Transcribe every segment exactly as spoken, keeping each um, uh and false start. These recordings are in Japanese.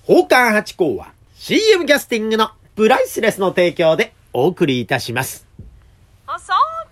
宝冠八甲は シーエム キャスティングのプライスレスの提供でお送りいたします。 あ、そうで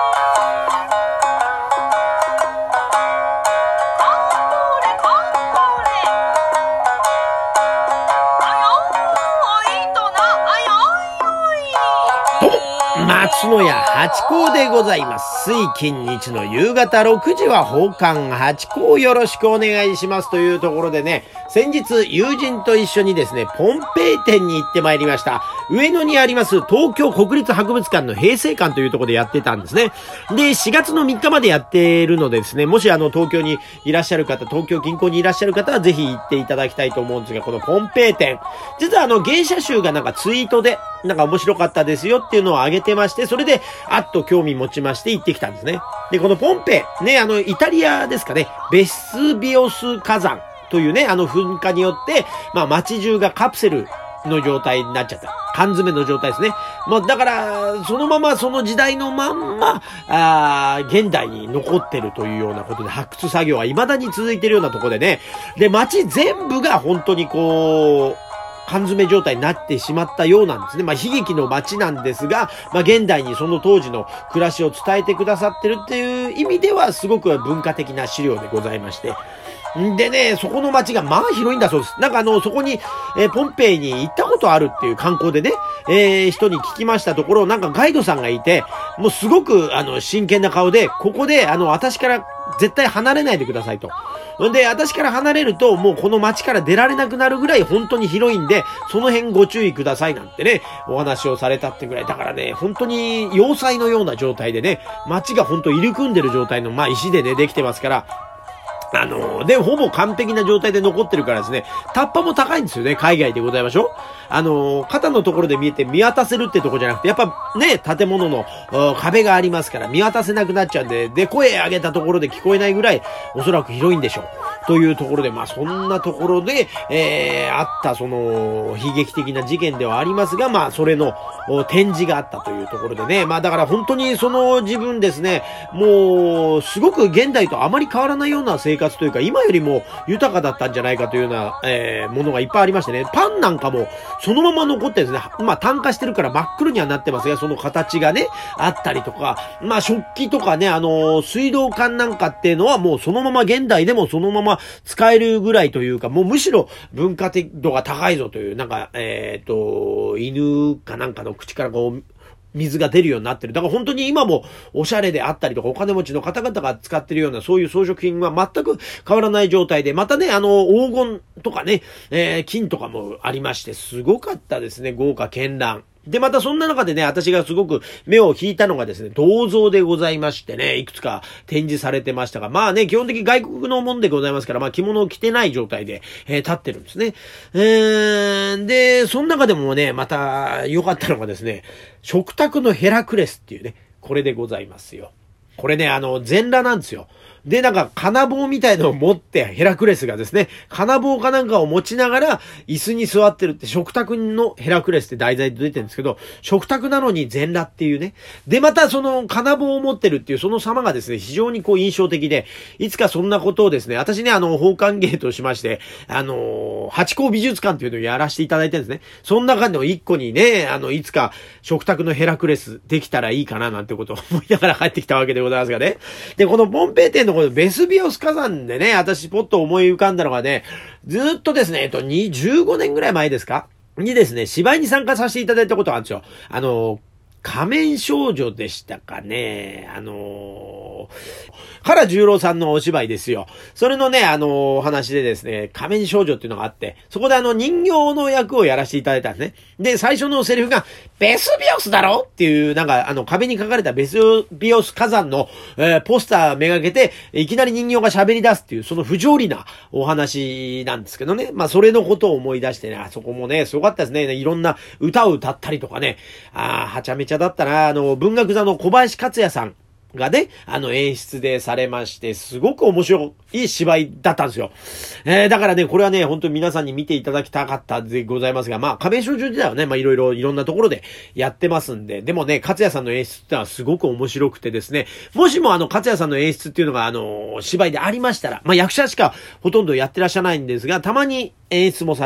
松野屋八甲でございます。水金日の夕方ろくじは宝冠八甲よろしくお願いしますというところでね、先日友人と一緒にですね、ポンペイ店に行ってまいりました。上野にあります東京国立博物館の平成館というところでやってたんですね。で、しがつのみっかまでやっているのでですね、もしあの東京にいらっしゃる方、東京近郊にいらっしゃる方はぜひ行っていただきたいと思うんですが、このポンペイ店、実はあの芸者集がなんかツイートでなんか面白かったですよっていうのを上げてまして、それであっと興味持ちまして行ってきたんですね。で、このポンペイね、あのイタリアですかね、ベスビオス火山というね、あの噴火によってまあ街中がカプセルの状態になっちゃった。缶詰の状態ですね。まあだからそのままその時代のまんまあ現代に残ってるというようなことで、発掘作業は未だに続いているようなところでね。で、街全部が本当にこう缶詰状態になってしまったようなんですね。まあ悲劇の街なんですが、まあ現代にその当時の暮らしを伝えてくださってるっていう意味ではすごく文化的な資料でございまして。でね、そこの街がまあ広いんだそうです。なんかあの、そこに、えー、ポンペイに行ったことあるっていう観光でね、えー、人に聞きましたところ、なんかガイドさんがいて、もうすごくあの、真剣な顔で、ここであの、私から絶対離れないでくださいと。で、私から離れると、もうこの街から出られなくなるぐらい本当に広いんで、その辺ご注意くださいなんてね、お話をされたってぐらい。だからね、本当に要塞のような状態でね、街が本当入り組んでる状態の、まあ石でね、できてますから、あのー、で、ほぼ完璧な状態で残ってるからですね、タッパも高いんですよね、海外でございましょう。あのー、肩のところで見えて見渡せるってとこじゃなくて、やっぱね、建物の壁がありますから見渡せなくなっちゃうんで、で、声上げたところで聞こえないぐらい、おそらく広いんでしょう。というところで、まあそんなところで、えー、あったその、悲劇的な事件ではありますが、まあそれの展示があったというところでね、まあだから本当にその自分ですね、もう、すごく現代とあまり変わらないような生活というか、今よりも豊かだったんじゃないかというような、えー、ものがいっぱいありましてね、パンなんかもそのまま残ってですね、まあ炭化してるから真っ黒にはなってますが、その形がね、あったりとか、まあ食器とかね、あのー、水道管なんかっていうのはもうそのまま現代でもそのまま使えるぐらいというか、もうむしろ文化的度が高いぞという、なんか、えっと、犬かなんかの口からこう、水が出るようになってる。だから本当に今もおしゃれであったりとかお金持ちの方々が使ってるようなそういう装飾品は全く変わらない状態で、またね、あの黄金とかね、えー、金とかもありましてすごかったですね。豪華絢爛。で、またそんな中でね、私がすごく目を引いたのがですね、銅像でございましてね、いくつか展示されてましたが、まあね、基本的に外国のもんでございますから、まあ着物を着てない状態で、えー、立ってるんですね。えー、で、その中でもね、また良かったのがですね、食卓のヘラクレスっていうね、これでございますよ。これね、あの、全裸なんですよ。で、なんか、金棒みたいのを持って、ヘラクレスがですね、金棒かなんかを持ちながら、椅子に座ってるって、食卓のヘラクレスって題材で出てるんですけど、食卓なのに全裸っていうね。で、またその、金棒を持ってるっていう、その様がですね、非常にこう印象的で、いつかそんなことをですね、私ね、あの、宝冠芸としまして、あの、八甲美術館っていうのをやらせていただいてるんですね。その中の一個にね、あの、いつか食卓のヘラクレスできたらいいかななんてことを思いながら帰ってきたわけでございますがね。で、このポンペイ店のこのベスビオス火山でね、私ポッと思い浮かんだのがね、ずっとですね、えっと、じゅうごねんぐらい前ですかにですね、芝居に参加させていただいたことがあるんですよ。あの、仮面少女でしたかね。あのー、原十郎さんのお芝居ですよ。それのね、あのー、お話でですね、仮面少女っていうのがあって、そこであの人形の役をやらせていただいたんですね。で、最初のセリフが、ベスビオスだろっていう、なんかあの壁に書かれたベスビオス火山の、えー、ポスターめがけて、いきなり人形が喋り出すっていう、その不条理なお話なんですけどね。まあ、それのことを思い出してね、あそこもね、すごかったですね。いろんな歌を歌ったりとかね、あー、はちゃめちゃだったな。あの、文学座の小林克也さんがね、あの演出でされまして、すごく面白い芝居だったんですよ。えー、だからね、これはね、本当に皆さんに見ていただきたかったでございますが、まあ、仮面少女時代はね、まあ、いろいろ、いろんなところでやってますんで、でもね、克也さんの演出ってのはすごく面白くてですね、もしもあの、克也さんの演出っていうのが、あの、芝居でありましたら、まあ、役者しかほとんどやってらっしゃらないんですが、たまに演出もされて、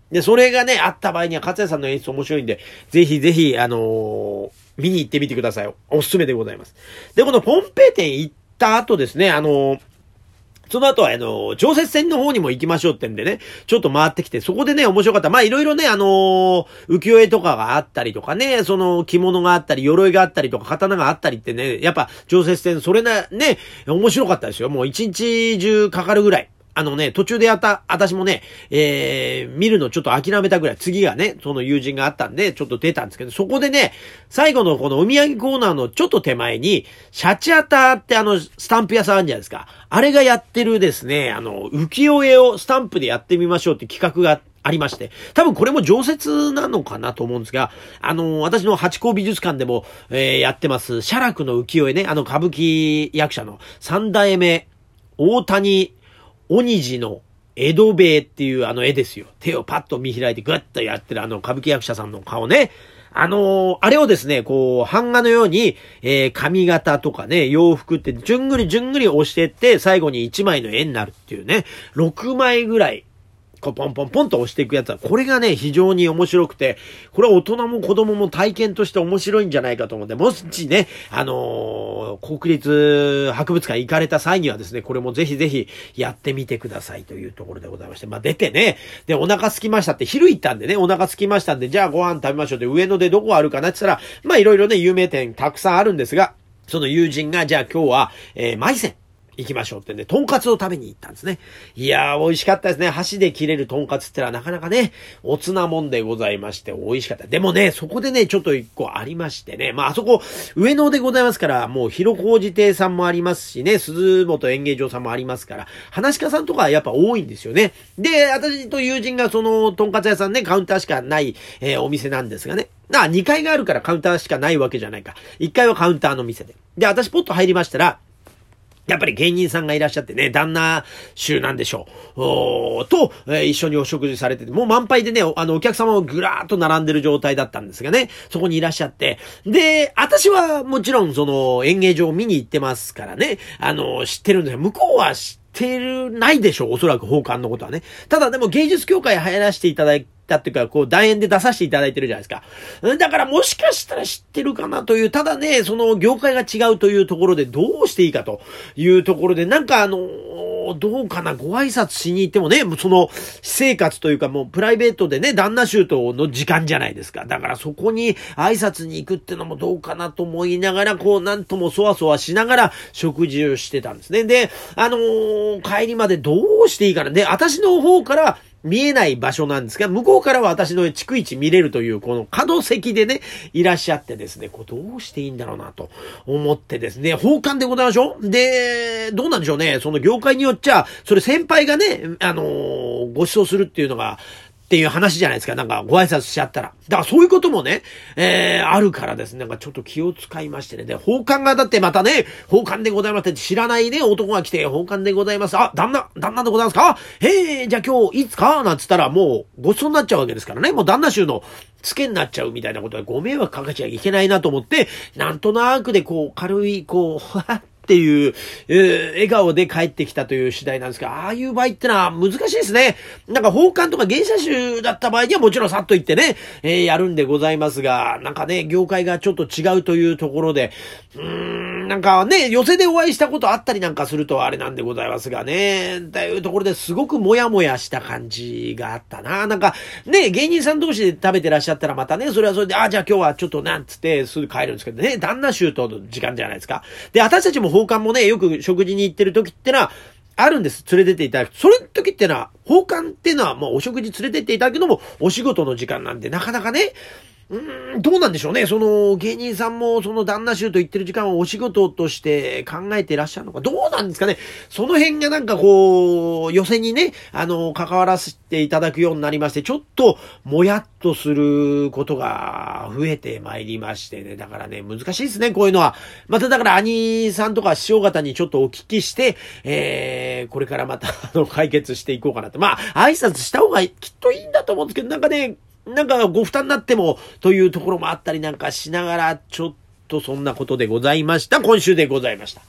で、それがね、あった場合には、勝也さんの演出面白いんで、ぜひぜひ、あのー、見に行ってみてください。おすすめでございます。で、このポンペイ店行った後ですね、あのー、その後は、あの、常設展の方にも行きましょうってんでね、ちょっと回ってきて、そこでね、面白かった。まあ、いろいろね、あのー、浮世絵とかがあったりとかね、その着物があったり、鎧があったりとか、刀があったりってね、やっぱ常設展、それな、ね、面白かったですよ。もう一日中かかるぐらい。あのね、途中でやった、私もね、えー、見るのちょっと諦めたぐらい、次がね、その友人があったんで、ちょっと出たんですけど、そこでね、最後のこのお土産コーナーのちょっと手前に、シャチアタってあの、スタンプ屋さんあるんじゃないですか。あれがやってるですね、あの、浮世絵をスタンプでやってみましょうって企画がありまして、多分これも常設なのかなと思うんですが、あの、私の八甲美術館でも、えー、やってます、写楽の浮世絵ね、あの歌舞伎役者の三代目、大谷、鬼次の江戸兵衛っていうあの絵ですよ。手をパッと見開いてグッとやってるあの歌舞伎役者さんの顔ね。あのー、あれをですね、こう、版画のように、えー、髪型とかね、洋服ってじゅんぐりじゅんぐり押してって、最後にいちまいの絵になるっていうね、ろくまいぐらい、こうポンポンポンと押していくやつは、これがね、非常に面白くて、これは大人も子供も体験として面白いんじゃないかと思って、もしね、あのー、国立博物館行かれた際にはですね、これもぜひぜひやってみてくださいというところでございまして、まあ出てね、で、お腹空きましたって、昼行ったんでね、お腹空きましたんで、じゃあご飯食べましょうって、上野でどこあるかなって言ったら、まあいろいろね、有名店たくさんあるんですが、その友人が、じゃあ今日は、えー、マイセン。行きましょうってね、とんかつを食べに行ったんですね。いやー、美味しかったですね。箸で切れるとんかつってのはなかなかね、おつなもんでございまして、美味しかった。でもね、そこでね、ちょっと一個ありましてね、まあ、あそこ、上野でございますから、もう、広小路亭さんもありますしね、鈴本演芸場さんもありますから、話し家さんとかはやっぱ多いんですよね。で、私と友人がその、とんかつ屋さんね、カウンターしかない、えー、お店なんですがね。あ、にかいがあるからカウンターしかないわけじゃないか。いっかいはカウンターの店で。で、私ポッと入りましたら、やっぱり芸人さんがいらっしゃってね、旦那衆なんでしょう。おーと、えー、一緒にお食事されてて、もう満杯でね、あの、お客様もぐらーっと並んでる状態だったんですがね、そこにいらっしゃって、で、私はもちろんその演芸場を見に行ってますからね、あの、知ってるんですよ。向こうは知ってる、ないでしょう、おそらく奉還のことはね。ただでも芸術協会入らせていただいて、だっていうか、こう、団円で出させていただいてるじゃないですか。だからもしかしたら知ってるかなという、ただね、その業界が違うというところでどうしていいかというところで、なんかあの、どうかな、ご挨拶しに行ってもね、その、私生活というかもうプライベートでね、旦那衆との時間じゃないですか。だからそこに挨拶に行くってのもどうかなと思いながら、こう、なんともそわそわしながら食事をしてたんですね。で、あのー、帰りまでどうしていいかな。で、私の方から、見えない場所なんですが、向こうからは私の逐一見れるという、この角席でね、いらっしゃってですね、こうどうしていいんだろうなと思ってですね、奉還でございましょう。で、どうなんでしょうね、その業界によっちゃ、それ先輩がね、あのー、ご馳走するっていうのが、っていう話じゃないですか。なんかご挨拶しちゃったら。だからそういうこともね、えー、あるからですね。なんかちょっと気を使いましてね。で、奉還がだってまたね、奉還でございますって知らないね、男が来て、奉還でございます。あ、旦那、旦那でございますか？へえ、じゃあ今日いつかなんつったらもうごちそうになっちゃうわけですからね。もう旦那衆の付けになっちゃうみたいなことでご迷惑かけちゃいけないなと思って、なんとなくでこう、軽い、こう、っていう、えー、笑顔で帰ってきたという次第なんですが、ああいう場合ってのは難しいですね。なんか奉還とか芸者集だった場合にはもちろんさっと言ってね、えー、やるんでございますが、なんかね、業界がちょっと違うというところで、うーん、なんかね、寄席でお会いしたことあったりなんかするとあれなんでございますがね、というところですごくもやもやした感じがあったな。なんかね、芸人さん同士で食べてらっしゃったらまたね、それはそれで、あ、じゃあ今日はちょっとなんつってすぐ帰るんですけどね、旦那衆との時間じゃないですか。で、私たちも奉還もね、よく食事に行ってる時ってのは、あるんです。連れてっていただく。それの時ってのは、奉還ってのはもうお食事連れてっていただくのもお仕事の時間なんで、なかなかね、うーん、どうなんでしょうね。その芸人さんもその旦那衆と言ってる時間をお仕事として考えていらっしゃるのか。どうなんですかね。その辺がなんかこう、寄席にね、あの、関わらせていただくようになりまして、ちょっともやっとすることが増えてまいりましてね。だからね、難しいですね、こういうのは。まただから兄さんとか師匠方にちょっとお聞きして、えー、これからまたあの解決していこうかなと。まあ、挨拶した方がきっといいんだと思うんですけど、なんかね、なんかご負担になってもというところもあったりなんかしながら、ちょっとそんなことでございました。今週でございました。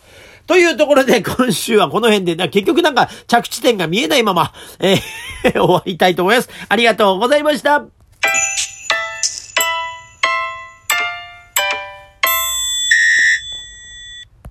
というところで今週はこの辺で、な結局なんか着地点が見えないまま、えー、終わりたいと思います。ありがとうございました。